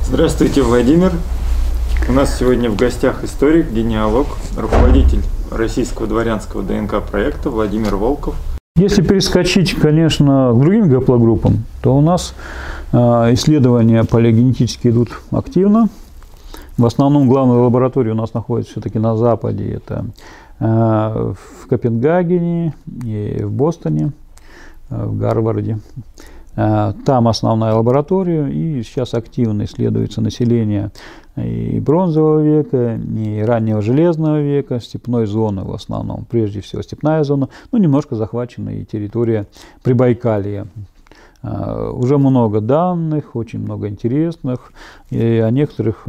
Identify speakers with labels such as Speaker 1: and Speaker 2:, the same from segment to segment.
Speaker 1: Здравствуйте, Владимир. У нас сегодня в гостях историк, генеалог, руководитель российского дворянского ДНК-проекта Владимир Волков.
Speaker 2: Если перескочить, конечно, к другим гаплогруппам, то у нас исследования палеогенетические идут активно. В основном главная лаборатория у нас находится все-таки на Западе. Это в Копенгагене и в Бостоне, в Гарварде. Там основная лаборатория, и сейчас активно исследуется население и бронзового века, и раннего железного века, степной зоны в основном, прежде всего степная зона, ну, немножко захвачена и территория Прибайкалья. Уже много данных, очень много интересных, и о некоторых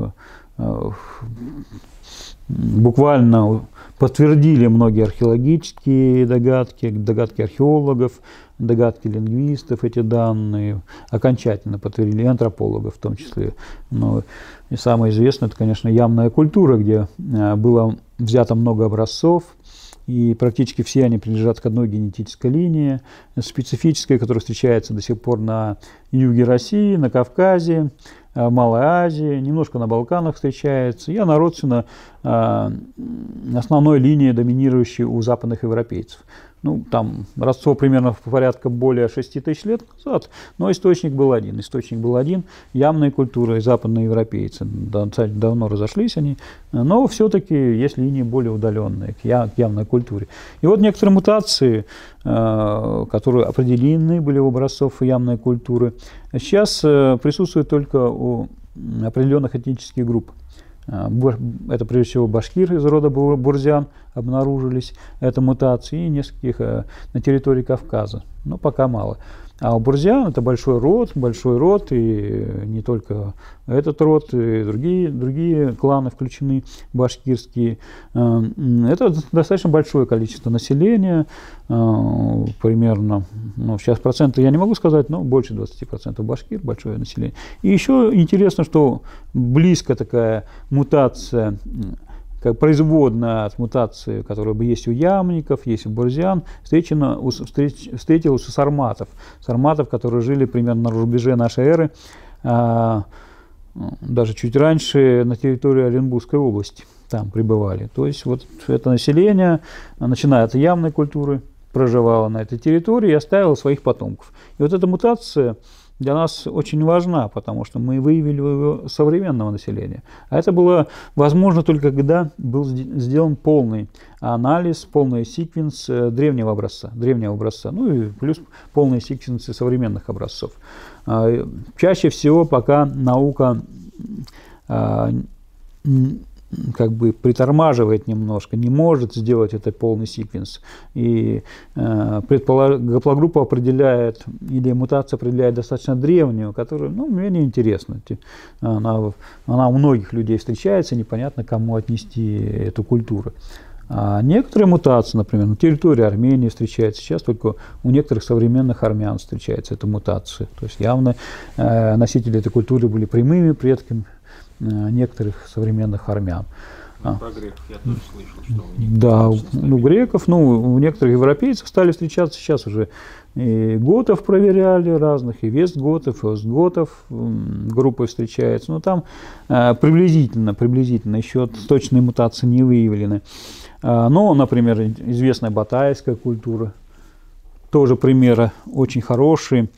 Speaker 2: буквально подтвердили многие археологические догадки, догадки археологов, догадки лингвистов, эти данные окончательно подтвердили, и антропологов в том числе. Но и самое известное, это, конечно, ямная культура, где было взято много образцов, и практически все они принадлежат к одной генетической линии, специфической, которая встречается до сих пор на юге России, на Кавказе, в Малой Азии, немножко на Балканах встречается, и она родственна основной линии, доминирующей у западных европейцев. Ну, там родство примерно в порядка более 6 тысяч лет назад, но источник был один. Источник был один, ямная культура и западные европейцы. Давно разошлись они, но все-таки есть линии более удаленные к ямной культуре. И вот некоторые мутации, которые определены были у образцов ямной культуры, сейчас присутствуют только у определенных этнических групп. Это прежде всего башкир из рода бурзян обнаружились, это мутации, и нескольких на территории Кавказа, но пока мало. А у бурзян это большой род, и не только этот род, и другие кланы включены, башкирские. Это достаточно большое количество населения, примерно, ну, сейчас проценты я не могу сказать, но больше 20% башкир, большое население. И еще интересно, что близко такая мутация, как производная от мутации, которая есть у ямников, есть у бурзян, встретилась у сарматов. Сарматов, которые жили примерно на рубеже нашей эры, даже чуть раньше на территории Оренбургской области, там пребывали. То есть вот это население, начиная от ямной культуры, проживало на этой территории и оставило своих потомков. И вот эта мутация для нас очень важна, потому что мы выявили его современного населения. А это было возможно только когда был сделан полный анализ, полный секвенс древнего образца, ну и плюс полные секвенсы современных образцов. Чаще всего пока наука как бы притормаживает немножко, не может сделать это полный секвенс. И гаплогруппа определяет, или мутация определяет достаточно древнюю, которая, ну, менее интересна. Она у многих людей встречается, непонятно, кому отнести эту культуру. А некоторые мутации, например, на территории Армении встречаются, сейчас только у некоторых современных армян встречается эта мутация. То есть явно носители этой культуры были прямыми предками некоторых современных армян.
Speaker 1: Про греков я тоже слышал, что у них.
Speaker 2: Да, у греков, у некоторых европейцев стали встречаться, сейчас уже и готов проверяли разных, и вестготов, и остготов группы встречаются, но там приблизительно, еще точные мутации не выявлены. Но, например, известная батайская культура, тоже примеры очень хорошие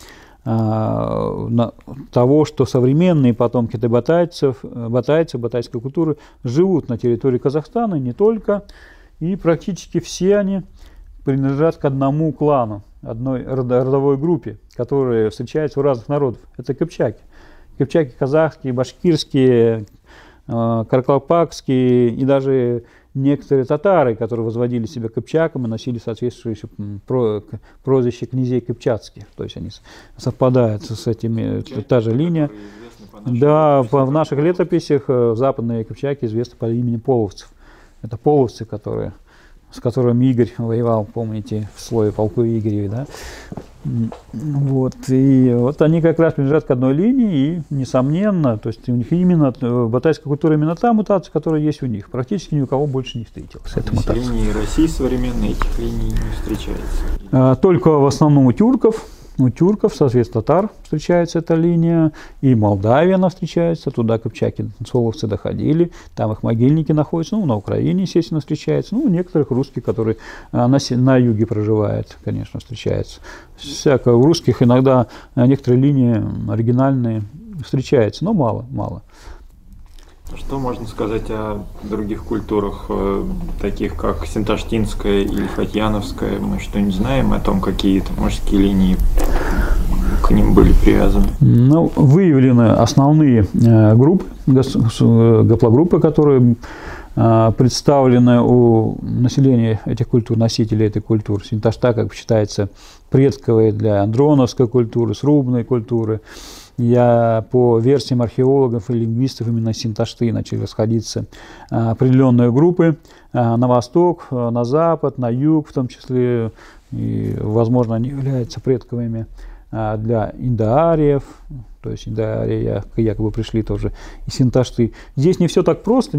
Speaker 2: того, что современные потомки батайской культуры живут на территории Казахстана, не только, и практически все они принадлежат к одному клану, одной родовой группе, которая встречается у разных народов. Это кыпчаки. Кыпчаки казахские, башкирские, каракалпакские и даже некоторые татары, которые возводили себя кыпчаками, носили соответствующее прозвище князей кыпчацких. То есть они совпадают с этими, та же линия. Да, в наших летописях западные кыпчаки известны по имени половцев. Это половцы, с которыми Игорь воевал, помните, в слое полку Игореве, да? Вот, и вот они как раз принадлежат к одной линии, и, несомненно, то есть у них именно, батайская культура именно та мутация, которая есть у них. Практически ни у кого больше не встретилась эта мутация.
Speaker 1: В линии России современной этих линий не встречается?
Speaker 2: Только в основном у тюрков У тюрков, соответственно, татар встречается эта линия, и Молдавия она встречается, туда кыпчаки, соловцы доходили, там их могильники находятся, ну, на Украине, естественно, встречается, ну, у некоторых русских, которые на юге проживают, конечно, встречается. Всякое, у русских иногда некоторые линии оригинальные встречаются, но мало, мало.
Speaker 1: Что можно сказать о других культурах, таких как синташтинская или фатьяновская? Мы что-нибудь знаем о том, какие-то мужские линии к ним были привязаны?
Speaker 2: Ну, выявлены основные группы, гаплогруппы, которые представлены у населения этих культур, носителей этой культуры. Синташта, как считается, предковой для андроновской культуры, срубной культуры. По версиям археологов и лингвистов, именно синташты начали расходиться определенные группы на восток, на запад, на юг, в том числе, и, возможно, они являются предковыми для индоариев, то есть индоарии якобы пришли тоже и синташты. Здесь не все так просто,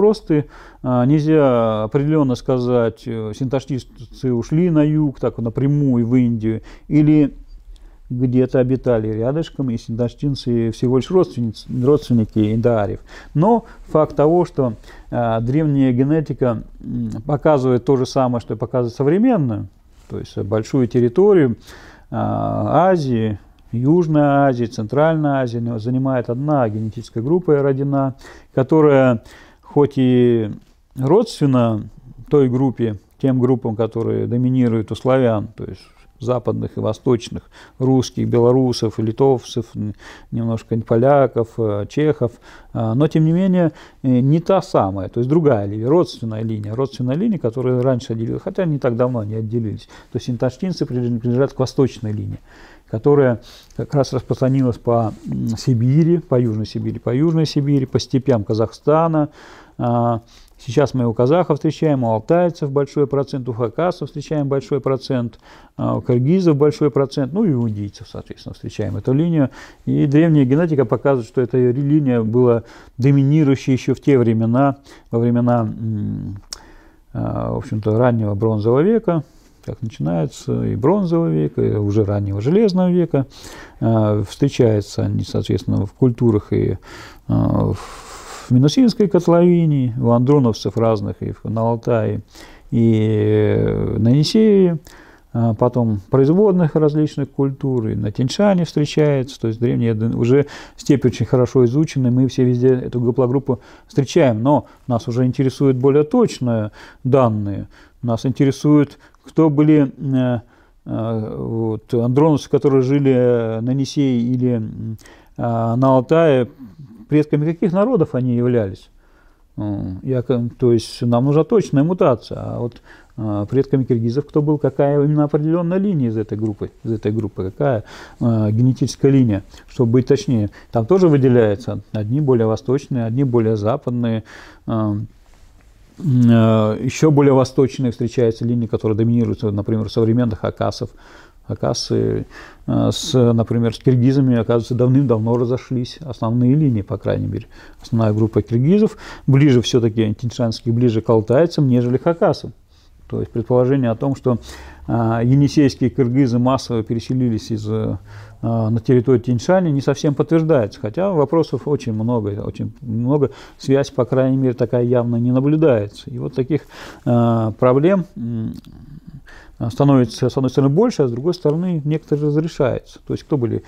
Speaker 2: нельзя определенно сказать, синташтисты ушли на юг, так напрямую в Индию, или где-то обитали рядышком, и синташтинцы всего лишь родственники индоариев. Но факт того, что древняя генетика показывает то же самое, что и показывает современную, то есть большую территорию Азии, Южной Азии, Центральной Азии занимает одна генетическая группа родина, которая хоть и родственна той группе, тем группам, которые доминируют у славян, то есть западных и восточных, русских, белорусов, литовцев, немножко поляков, чехов, но тем не менее не та самая, то есть другая линия, родственная линия, которая раньше отделилась, хотя не так давно они отделились. То есть синташтинцы принадлежат к восточной линии, которая как раз распространилась по Сибири, по Южной Сибири, по степям Казахстана. Сейчас мы у казахов встречаем, у алтайцев большой процент, у хакасов встречаем большой процент, у киргизов большой процент, ну и у индийцев, соответственно, встречаем эту линию. И древняя генетика показывает, что эта линия была доминирующей еще в те времена, во времена, в общем-то, раннего бронзового века, как начинается и бронзового века, и уже раннего железного века. Встречаются они, соответственно, в культурах и в Минусинской котловине, у андроновцев разных, и на Алтае, и на Енисее, потом производных различных культур, и на Тянь-Шане встречается, то есть древние уже степи очень хорошо изучены, мы все везде эту гаплогруппу встречаем, но нас уже интересуют более точные данные, нас интересует, кто были андроновцы, которые жили на Енисее или на Алтае, предками каких народов они являлись. То есть нам нужна точная мутация. А вот предками киргизов кто был, какая именно определенная линия из этой группы, какая генетическая линия, чтобы быть точнее. Там тоже выделяется одни более восточные, одни более западные. Еще более восточные встречаются линии, которые доминируют, например, современных хакасов. Хакасы, например, с киргизами, оказывается, давным-давно разошлись. Основные линии, по крайней мере. Основная группа киргизов ближе все-таки, тяньшанских, ближе к алтайцам, нежели к хакасам. То есть предположение о том, что енисейские киргизы массово переселились на территорию Тянь-Шани, не совсем подтверждается. Хотя вопросов очень много. Связь, по крайней мере, такая явно не наблюдается. И вот таких проблем становится, с одной стороны, больше, а с другой стороны, некоторые разрешаются. То есть, кто были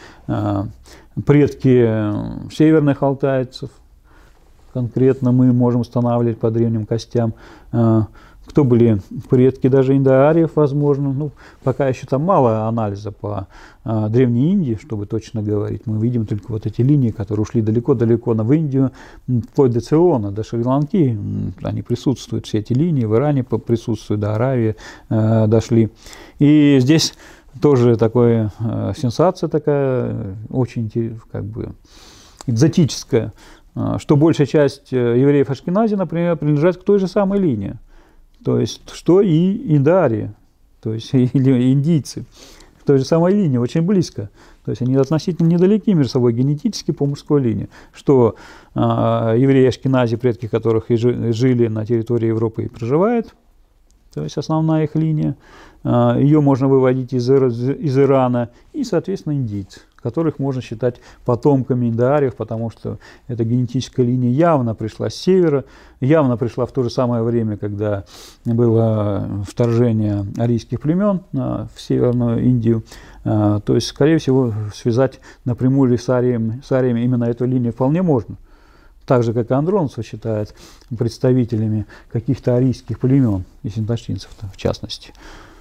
Speaker 2: предки северных алтайцев, конкретно мы можем устанавливать по древним костям, кто были предки даже индоариев, возможно. Ну, пока еще там мало анализа по Древней Индии, чтобы точно говорить. Мы видим только вот эти линии, которые ушли далеко-далеко в Индию, вплоть до Цейлона, до Шри-Ланки. Они присутствуют, все эти линии, в Иране присутствуют, до Аравии дошли. И здесь тоже такая сенсация такая, очень как бы экзотическая, что большая часть евреев Ашкенази, например, принадлежат к той же самой линии. То есть, что и индоарии, то есть или индийцы, в той же самой линии, очень близко. То есть они относительно недалеки между собой генетически по мужской линии. Что евреи Ашкенази, предки которых и жили на территории Европы и проживают, то есть основная их линия. Ее можно выводить из Ирана и, соответственно, индийцы, которых можно считать потомками индоариев, потому что эта генетическая линия явно пришла с севера, явно пришла в то же самое время, когда было вторжение арийских племен в Северную Индию. То есть, скорее всего, связать напрямую с ариями именно эту линию вполне можно. Так же, как и Андроновцев считают представителями каких-то арийских племен, и синташтинцев в частности.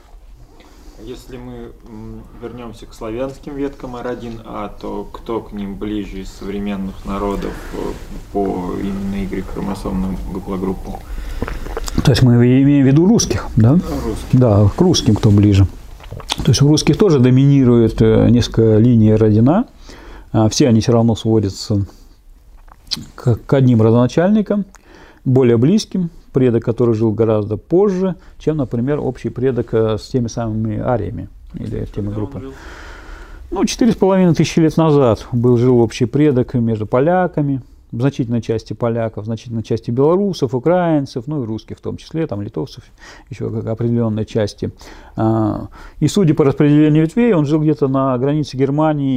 Speaker 1: Если мы вернемся к славянским веткам R1A, то кто к ним ближе из современных народов по именно Y-хромосомным гаплогруппам?
Speaker 2: То есть мы имеем в виду русских, да?
Speaker 1: Русских.
Speaker 2: Да, к русским кто ближе. То есть у русских тоже доминирует несколько линий R1A. Все они все равно сводятся к одним родоначальникам, более близким, предок, который жил гораздо позже, чем, например, общий предок с теми самыми ариями или теми группами. Ну, 4500 лет назад жил общий предок между поляками, в значительной части поляков, в значительной части белорусов, украинцев, ну и русских в том числе, там литовцев еще как определенной части. И судя по распределению ветвей, он жил где-то на границе Германии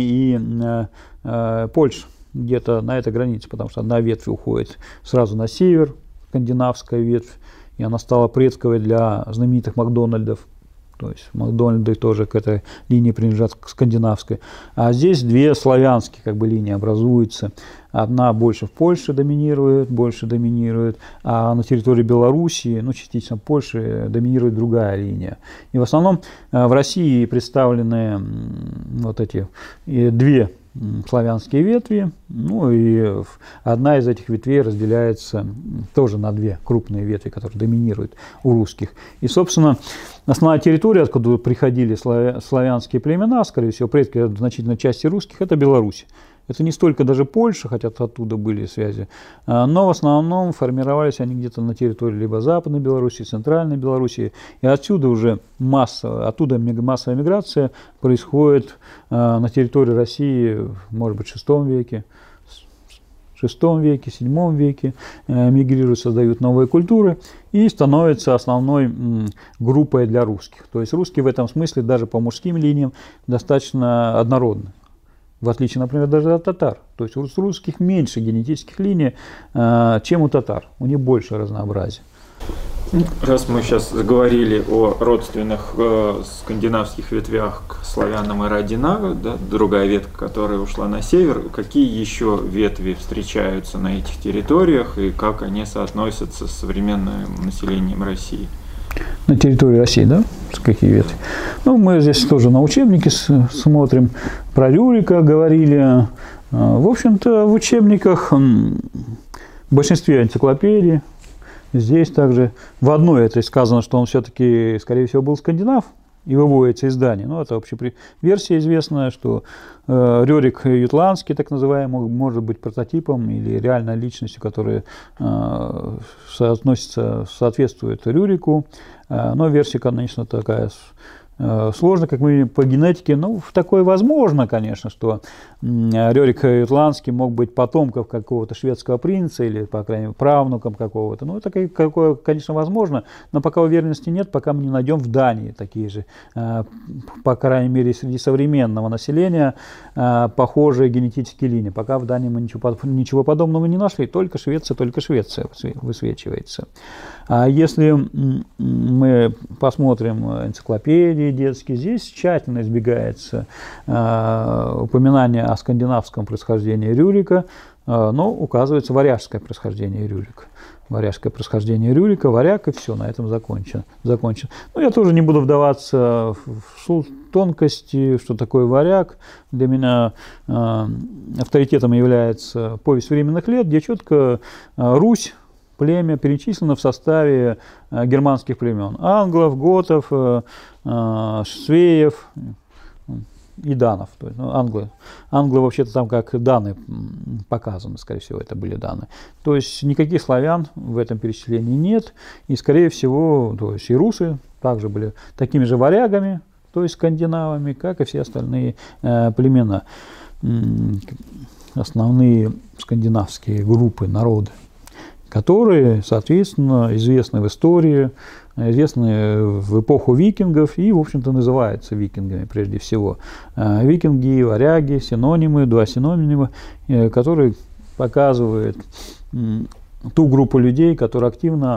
Speaker 2: и Польши, где-то на этой границе, потому что одна ветвь уходит сразу на север, скандинавская ветвь, и она стала предковой для знаменитых Макдональдов. То есть Макдональды тоже к этой линии принадлежат, к скандинавской. А здесь две славянские как бы линии образуются. Одна больше в Польше доминирует, а на территории Белоруссии, ну частично Польши, доминирует другая линия. И в основном в России представлены вот эти две славянские ветви, ну и одна из этих ветвей разделяется тоже на две крупные ветви, которые доминируют у русских. И, собственно, основная территория, откуда приходили славянские племена, скорее всего, предки в значительной части русских, это Беларусь. Это не столько даже Польша, хотя оттуда были связи, но в основном формировались они где-то на территории либо Западной Белоруссии, Центральной Белоруссии, и отсюда уже массовая миграция происходит на территории России, может быть, в VI веке, VII веке, мигрируют, создают новые культуры и становятся основной группой для русских. То есть русские в этом смысле даже по мужским линиям достаточно однородны. В отличие, например, даже от татар. То есть у русских меньше генетических линий, чем у татар. У них больше разнообразия.
Speaker 1: Раз мы сейчас заговорили о родственных скандинавских ветвях к славянам R1A, да, другая ветка, которая ушла на север, какие еще ветви встречаются на этих территориях и как они соотносятся с современным населением России?
Speaker 2: На территории России, да? Какие ветви? Ну, мы здесь тоже на учебнике смотрим. Про Рюрика говорили. В общем-то, в учебниках, в большинстве энциклопедий, здесь также в одной это сказано, что он все-таки, скорее всего, был скандинав, и выводится из Дании. Ну, это вообще версия известная, что Рюрик Ютландский, так называемый, может быть прототипом или реальной личностью, которая соответствует Рюрику. Но версия, конечно, такая сложно, как мы по генетике, ну, такое возможно, конечно, что Рюрик Ютландский мог быть потомком какого-то шведского принца или, по крайней мере, правнуком какого-то. Ну, такое, конечно, возможно, но пока уверенности нет, пока мы не найдем в Дании такие же, по крайней мере, среди современного населения, похожие генетические линии. Пока в Дании мы ничего подобного не нашли, только Швеция высвечивается. А если мы посмотрим энциклопедии детские, здесь тщательно избегается упоминание о скандинавском происхождении Рюрика, но указывается варяжское происхождение Рюрика. Варяжское происхождение Рюрика, варяг, и все, на этом закончено. Но я тоже не буду вдаваться в тонкости, что такое варяг. Для меня авторитетом является «Повесть временных лет», где четко Русь, племя, перечислено в составе германских племен: англов, готов, швеев и данов. То есть, англы вообще-то там как даны показаны, скорее всего, это были даны. То есть никаких славян в этом перечислении нет. И, скорее всего, то есть и русы также были такими же варягами, то есть скандинавами, как и все остальные племена. Основные скандинавские группы, народы. которые, соответственно, известны в истории, известны в эпоху викингов и, в общем-то, называются викингами прежде всего. Викинги, варяги, синонимы, два синонима, которые показывают ту группу людей, которая активно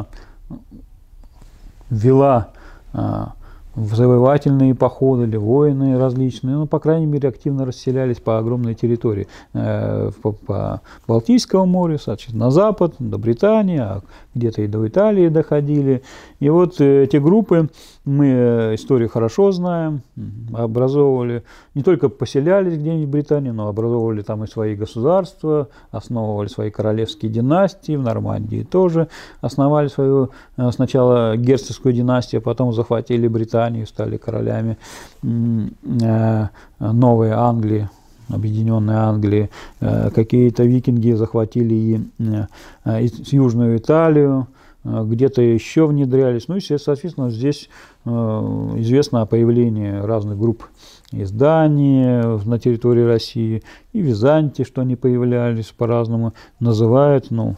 Speaker 2: вела в завоевательные походы или войны различные, ну, по крайней мере, активно расселялись по огромной территории, по Балтийскому морю, соответственно, на запад, до Британии, а где-то и до Италии доходили. И вот эти группы, мы историю хорошо знаем, образовывали, не только поселялись где-нибудь в Британии, но образовывали там и свои государства, основывали свои королевские династии, в Нормандии тоже основали свою сначала герцогскую династию, а потом захватили Британию, стали королями Новой Англии, Объединенной Англии. Какие-то викинги захватили и Южную Италию, где-то еще внедрялись. Ну и, соответственно, здесь известно о появлении разных групп изданий на территории России, и в Византии, что они появлялись по-разному, называют, ну,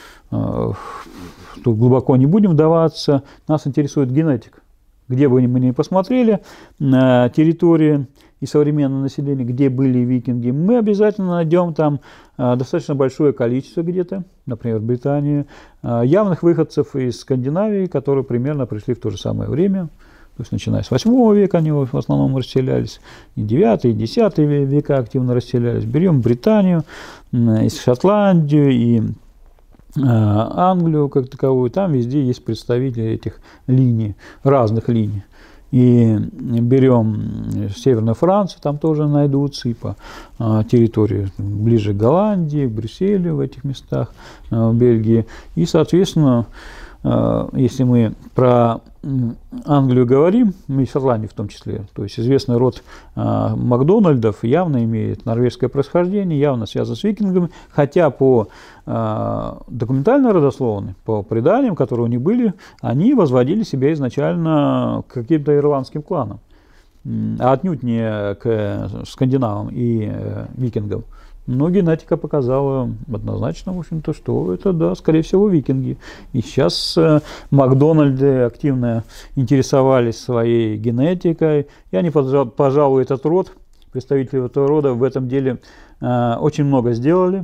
Speaker 2: тут глубоко не будем вдаваться, нас интересует генетика. Где бы мы ни посмотрели на территории и современное население, где были викинги, мы обязательно найдем там достаточно большое количество где-то, например, в Британии, явных выходцев из Скандинавии, которые примерно пришли в то же самое время. То есть, начиная с 8 века они в основном расселялись, и 9, и 10 века активно расселялись. Берем Британию, и Шотландию, и Англию как таковую, там везде есть представители этих линий, разных линий. И берем Северную Францию, там тоже найдутся, и по территории ближе к Голландии, к Брюсселю, в этих местах, в Бельгии. И, соответственно, если мы про Англию говорим, и Шотландию в том числе, то есть известный род Макдональдов явно имеет норвежское происхождение, явно связан с викингами, хотя по документальной родословной, по преданиям, которые у них были, они возводили себя изначально к каким-то ирландским кланам, а отнюдь не к скандинавам и викингам. Но генетика показала однозначно, в общем-то, что это, да, скорее всего, викинги. И сейчас Макдональды активно интересовались своей генетикой, и они, пожалуй, этот род, представители этого рода в этом деле очень много сделали.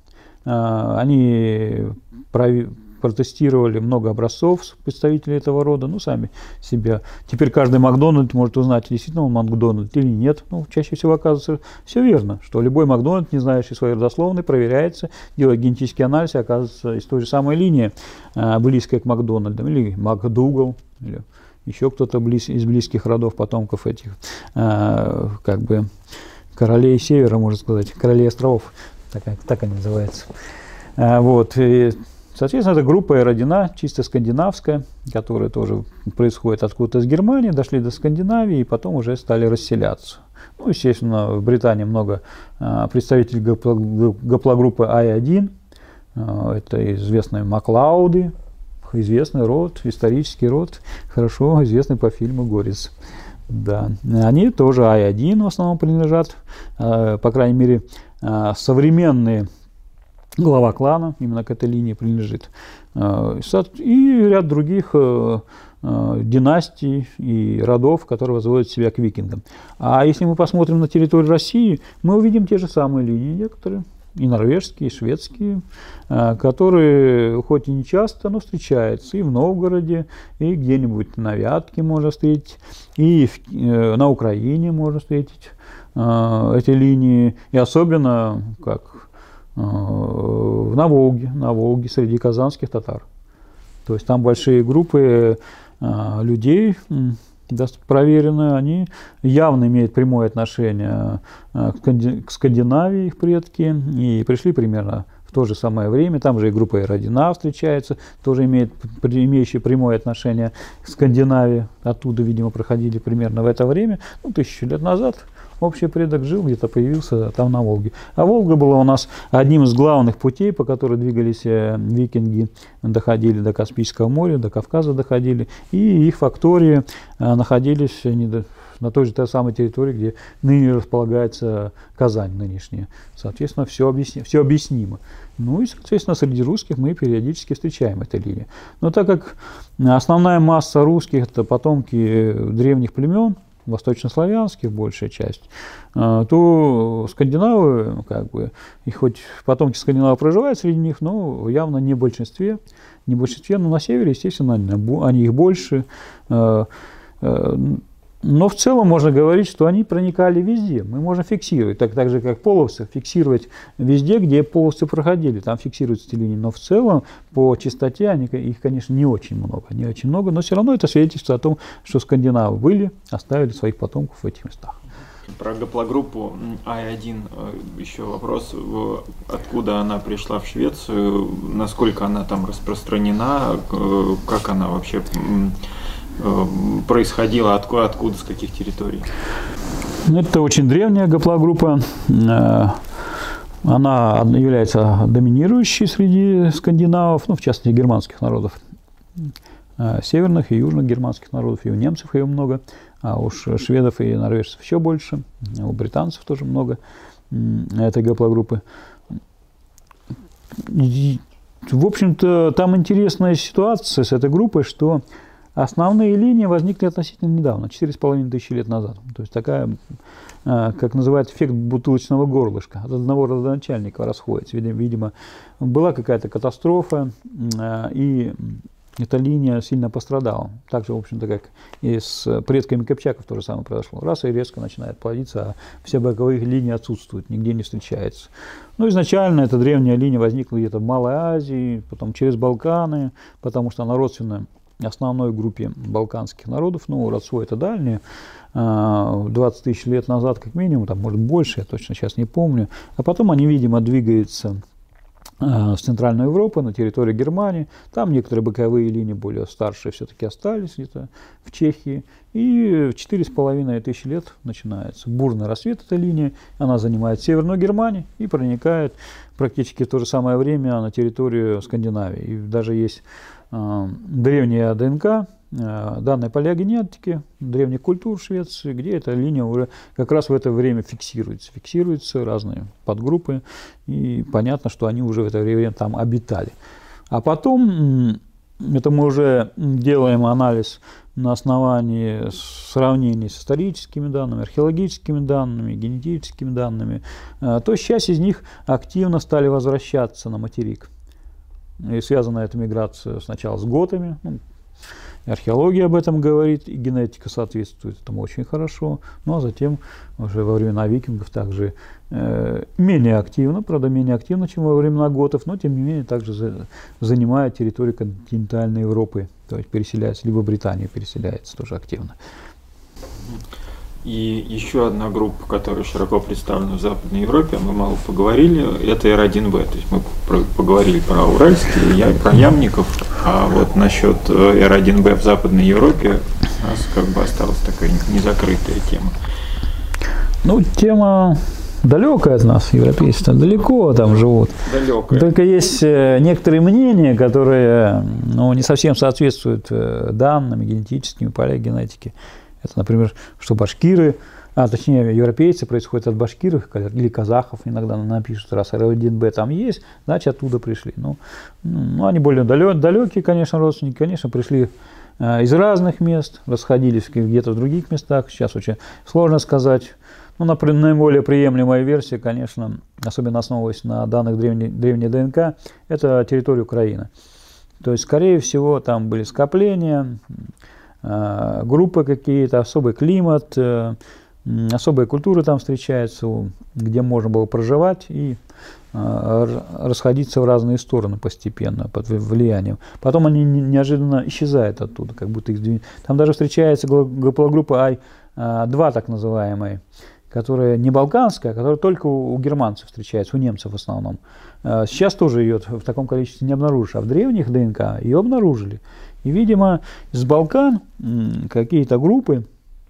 Speaker 2: Они протестировали много образцов представителей этого рода, ну, сами себя. Теперь каждый Макдональд может узнать, действительно он Макдональд или нет. Ну, чаще всего оказывается все верно, что любой Макдональд, не знающий своей родословной, проверяется, делает генетический анализ, и оказывается из той же самой линии, близкой к Макдональдам, или МакДугал, или еще кто-то из близких родов, потомков этих, как бы, королей Севера, можно сказать, королей островов, так они называются. Вот. И, соответственно, эта группа родина чисто скандинавская, которая тоже происходит откуда-то из Германии, дошли до Скандинавии и потом уже стали расселяться. Ну, естественно, в Британии много представителей гаплогруппы I1, это известные Маклауды, известный род, исторический род, хорошо известный по фильму «Горец». Да, они тоже I1 в основном принадлежат, по крайней мере, современные глава клана именно к этой линии принадлежит. И ряд других династий и родов, которые возводят себя к викингам. А если мы посмотрим на территорию России, мы увидим те же самые линии некоторые, и норвежские, и шведские, которые хоть и не часто, но встречаются и в Новгороде, и где-нибудь на Вятке можно встретить, и на Украине можно встретить эти линии, и особенно как на Волге среди казанских татар. То есть там большие группы людей, проверенные, они явно имеют прямое отношение к Скандинавии, их предки, и пришли примерно в то же самое время. Там же и группа Родина встречается, тоже имеющие прямое отношение к Скандинавии. Оттуда, видимо, проходили примерно в это время, 1000 лет назад. Общий предок жил, где-то появился там на Волге. А Волга была у нас одним из главных путей, по которым двигались викинги, доходили до Каспийского моря, до Кавказа доходили. И их фактории находились на той же той самой территории, где ныне располагается Казань нынешняя. Соответственно, все объяснимо. Ну и, соответственно, среди русских мы периодически встречаем эту линию. Но так как основная масса русских – это потомки древних племен, восточнославянских большая часть, то скандинавы, как бы, и хоть потомки скандинавов проживают среди них, но явно не в большинстве, но на севере, естественно, они их больше. Но в целом можно говорить, что они проникали везде. Мы можем фиксировать, так же как половцы, фиксировать везде, где половцы проходили, там фиксируются эти линии. Но в целом по частоте их, конечно, не очень много, но все равно это свидетельство о том, что скандинавы были, оставили своих потомков в этих местах.
Speaker 1: Про гаплогруппу I1 еще вопрос, откуда она пришла в Швецию, насколько она там распространена, как она вообще происходила, откуда, с каких территорий?
Speaker 2: Это очень древняя гаплогруппа. Она является доминирующей среди скандинавов, ну, в частности, германских народов. Северных и южных германских народов, и у немцев ее много, а уж шведов и норвежцев еще больше, у британцев тоже много этой гаплогруппы. В общем-то, там интересная ситуация с этой группой, что основные линии возникли относительно недавно, 4,5 тысячи лет назад. То есть такая, как называют, эффект бутылочного горлышка. От одного родоначальника расходится. Видимо, была какая-то катастрофа, и эта линия сильно пострадала. Так же, в общем-то, как и с предками кыпчаков то же самое произошло. Раз и резко начинает плодиться, а все боковые линии отсутствуют, нигде не встречается. Ну, изначально эта древняя линия возникла где-то в Малой Азии, потом через Балканы, потому что она родственна основной группе балканских народов, ну, родство это дальнее, 20 тысяч лет назад как минимум, там, может, больше, я точно сейчас не помню. А потом они, видимо, двигаются в Центральную Европу, на территории Германии. Там некоторые боковые линии более старшие все-таки остались где-то в Чехии. И в 4,5 тысячи лет начинается бурный рассвет этой линии. Она занимает Северную Германию и проникает практически в то же самое время на территорию Скандинавии. И даже есть древняя ДНК, данные палеогенетики, древних культур в Швеции, где эта линия уже как раз в это время фиксируется. Фиксируются разные подгруппы, и понятно, что они уже в это время там обитали. А потом, это мы уже делаем анализ на основании сравнений с историческими данными, археологическими данными, генетическими данными, то часть из них активно стали возвращаться на материк. И связана эта миграция сначала с готами, археология об этом говорит, и генетика соответствует этому очень хорошо. Ну а затем уже во времена викингов также менее активно, правда менее активно, чем во времена готов, но тем не менее также занимает территорию континентальной Европы, то есть переселяется, либо Британия переселяется тоже активно.
Speaker 1: И еще одна группа, которая широко представлена в Западной Европе, мы мало поговорили, это R1B. То есть мы поговорили про уральские, про ямников, а вот насчет R1B в Западной Европе у нас как бы осталась такая незакрытая тема.
Speaker 2: Ну, тема далекая от нас, европейцы, далеко там живут.
Speaker 1: Далекая.
Speaker 2: Только есть некоторые мнения, которые не совсем соответствуют данным генетическими, палеогенетики. Это, например, что башкиры, точнее, европейцы происходят от башкиров или казахов, иногда напишут, раз R1B там есть, значит, оттуда пришли. Ну, они более далекие, конечно, родственники, конечно, пришли из разных мест, расходились где-то в других местах, сейчас очень сложно сказать. Ну, наиболее приемлемая версия, конечно, особенно основываясь на данных древней ДНК, это территория Украины. То есть, скорее всего, там были скопления, группы какие-то, особый климат, особые культуры там встречаются, где можно было проживать и расходиться в разные стороны постепенно под влиянием. Потом они неожиданно исчезают оттуда, как будто их сдвинули. Там даже встречается гаплогруппа I2, так называемая, которая не балканская, которая только у германцев встречается, у немцев в основном. Сейчас тоже ее в таком количестве не обнаружишь, а в древних ДНК ее обнаружили. И, видимо, с Балкан какие-то группы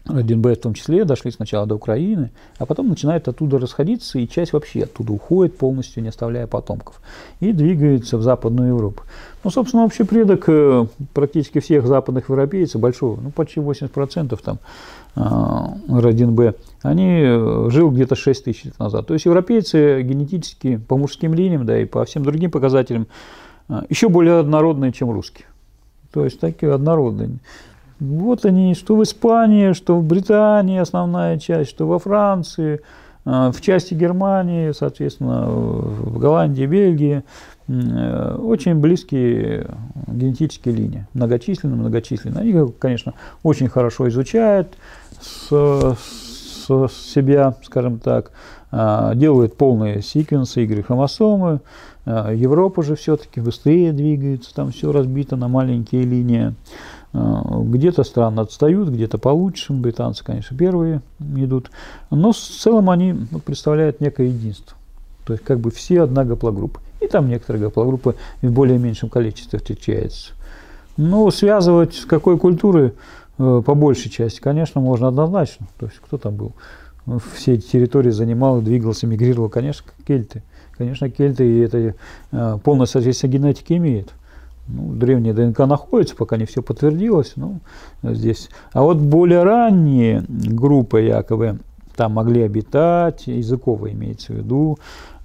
Speaker 2: 1Б в том числе, дошли сначала до Украины, а потом начинают оттуда расходиться, и часть вообще оттуда уходит полностью, не оставляя потомков, и двигается в Западную Европу. Ну, собственно, общий предок практически всех западных европейцев, большого, ну, почти 80% там R1B, они жил где-то 6 тысяч лет назад. То есть европейцы генетически по мужским линиям, да и по всем другим показателям еще более однородные, чем русские. То есть такие однородные. Вот они, что в Испании, что в Британии основная часть, что во Франции, в части Германии, соответственно, в Голландии, Бельгии. Очень близкие генетические линии, многочисленные. Они, конечно, очень хорошо изучают себя, скажем так, делают полные секвенсы Y-хромосомы. Европа же все-таки быстрее двигается, там все разбито на маленькие линии. Где-то страны отстают, где-то получше. Британцы, конечно, первые идут. Но в целом они представляют некое единство. То есть как бы все одна гаплогруппа. И там некоторые гаплогруппы в более меньшем количестве встречаются. Но связывать с какой культурой по большей части, конечно, можно однозначно. То есть кто там был? Все эти территории занимал, двигался, мигрировал. Конечно, кельты. Конечно, кельты, и это полное соответствие генетики имеет. Ну, древняя ДНК находится, пока не все подтвердилось. Ну, здесь. А вот более ранние группы якобы там могли обитать, языковые имеется в виду,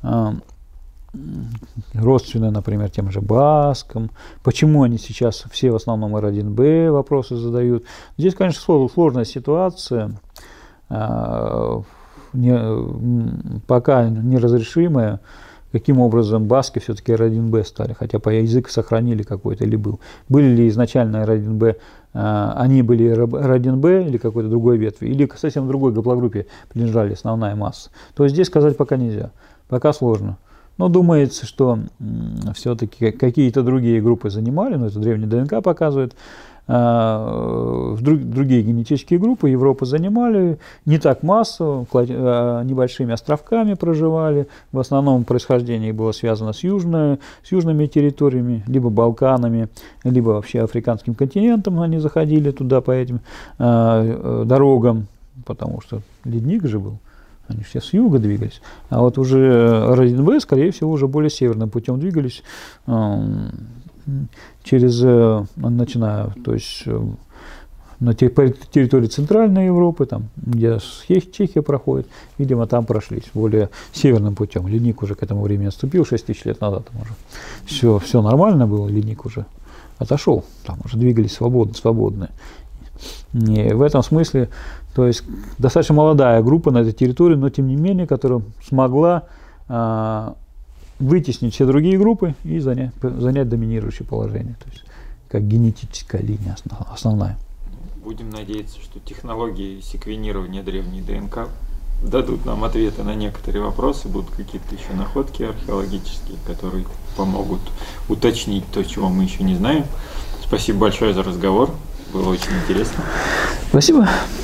Speaker 2: родственные, например, тем же баскам. Почему они сейчас все в основном R1B вопросы задают? Здесь, конечно, сложная ситуация, пока неразрешимая. Каким образом баски все-таки R1B стали, хотя по языку сохранили какой-то или был. Были ли изначально R1B, они были R1B или какой-то другой ветви, или совсем другой гаплогруппе принадлежали основная масса. То есть здесь сказать пока нельзя, пока сложно. Но думается, что все-таки какие-то другие группы занимали, но это древняя ДНК показывает, другие генетические группы Европы занимали не так массово, небольшими островками проживали. В основном происхождение было связано с южными территориями, либо Балканами, либо вообще африканским континентом. Они заходили туда по этим дорогам, потому что ледник же был. Они все с юга двигались. А вот уже R1B, скорее всего, уже более северным путем двигались, начиная, то есть на территории Центральной Европы, там, где Чехия проходит, видимо, там прошлись более северным путем. Ледник уже к этому времени отступил, 6 тысяч лет назад там уже все нормально было, ледник уже отошел, там уже двигались свободно. И в этом смысле, то есть достаточно молодая группа на этой территории, но тем не менее, которая смогла вытеснить все другие группы и занять доминирующее положение, то есть как генетическая линия основная.
Speaker 1: Будем надеяться, что технологии секвенирования древней ДНК дадут нам ответы на некоторые вопросы, будут какие-то еще находки археологические, которые помогут уточнить то, чего мы еще не знаем. Спасибо большое за разговор, было очень интересно.
Speaker 2: Спасибо.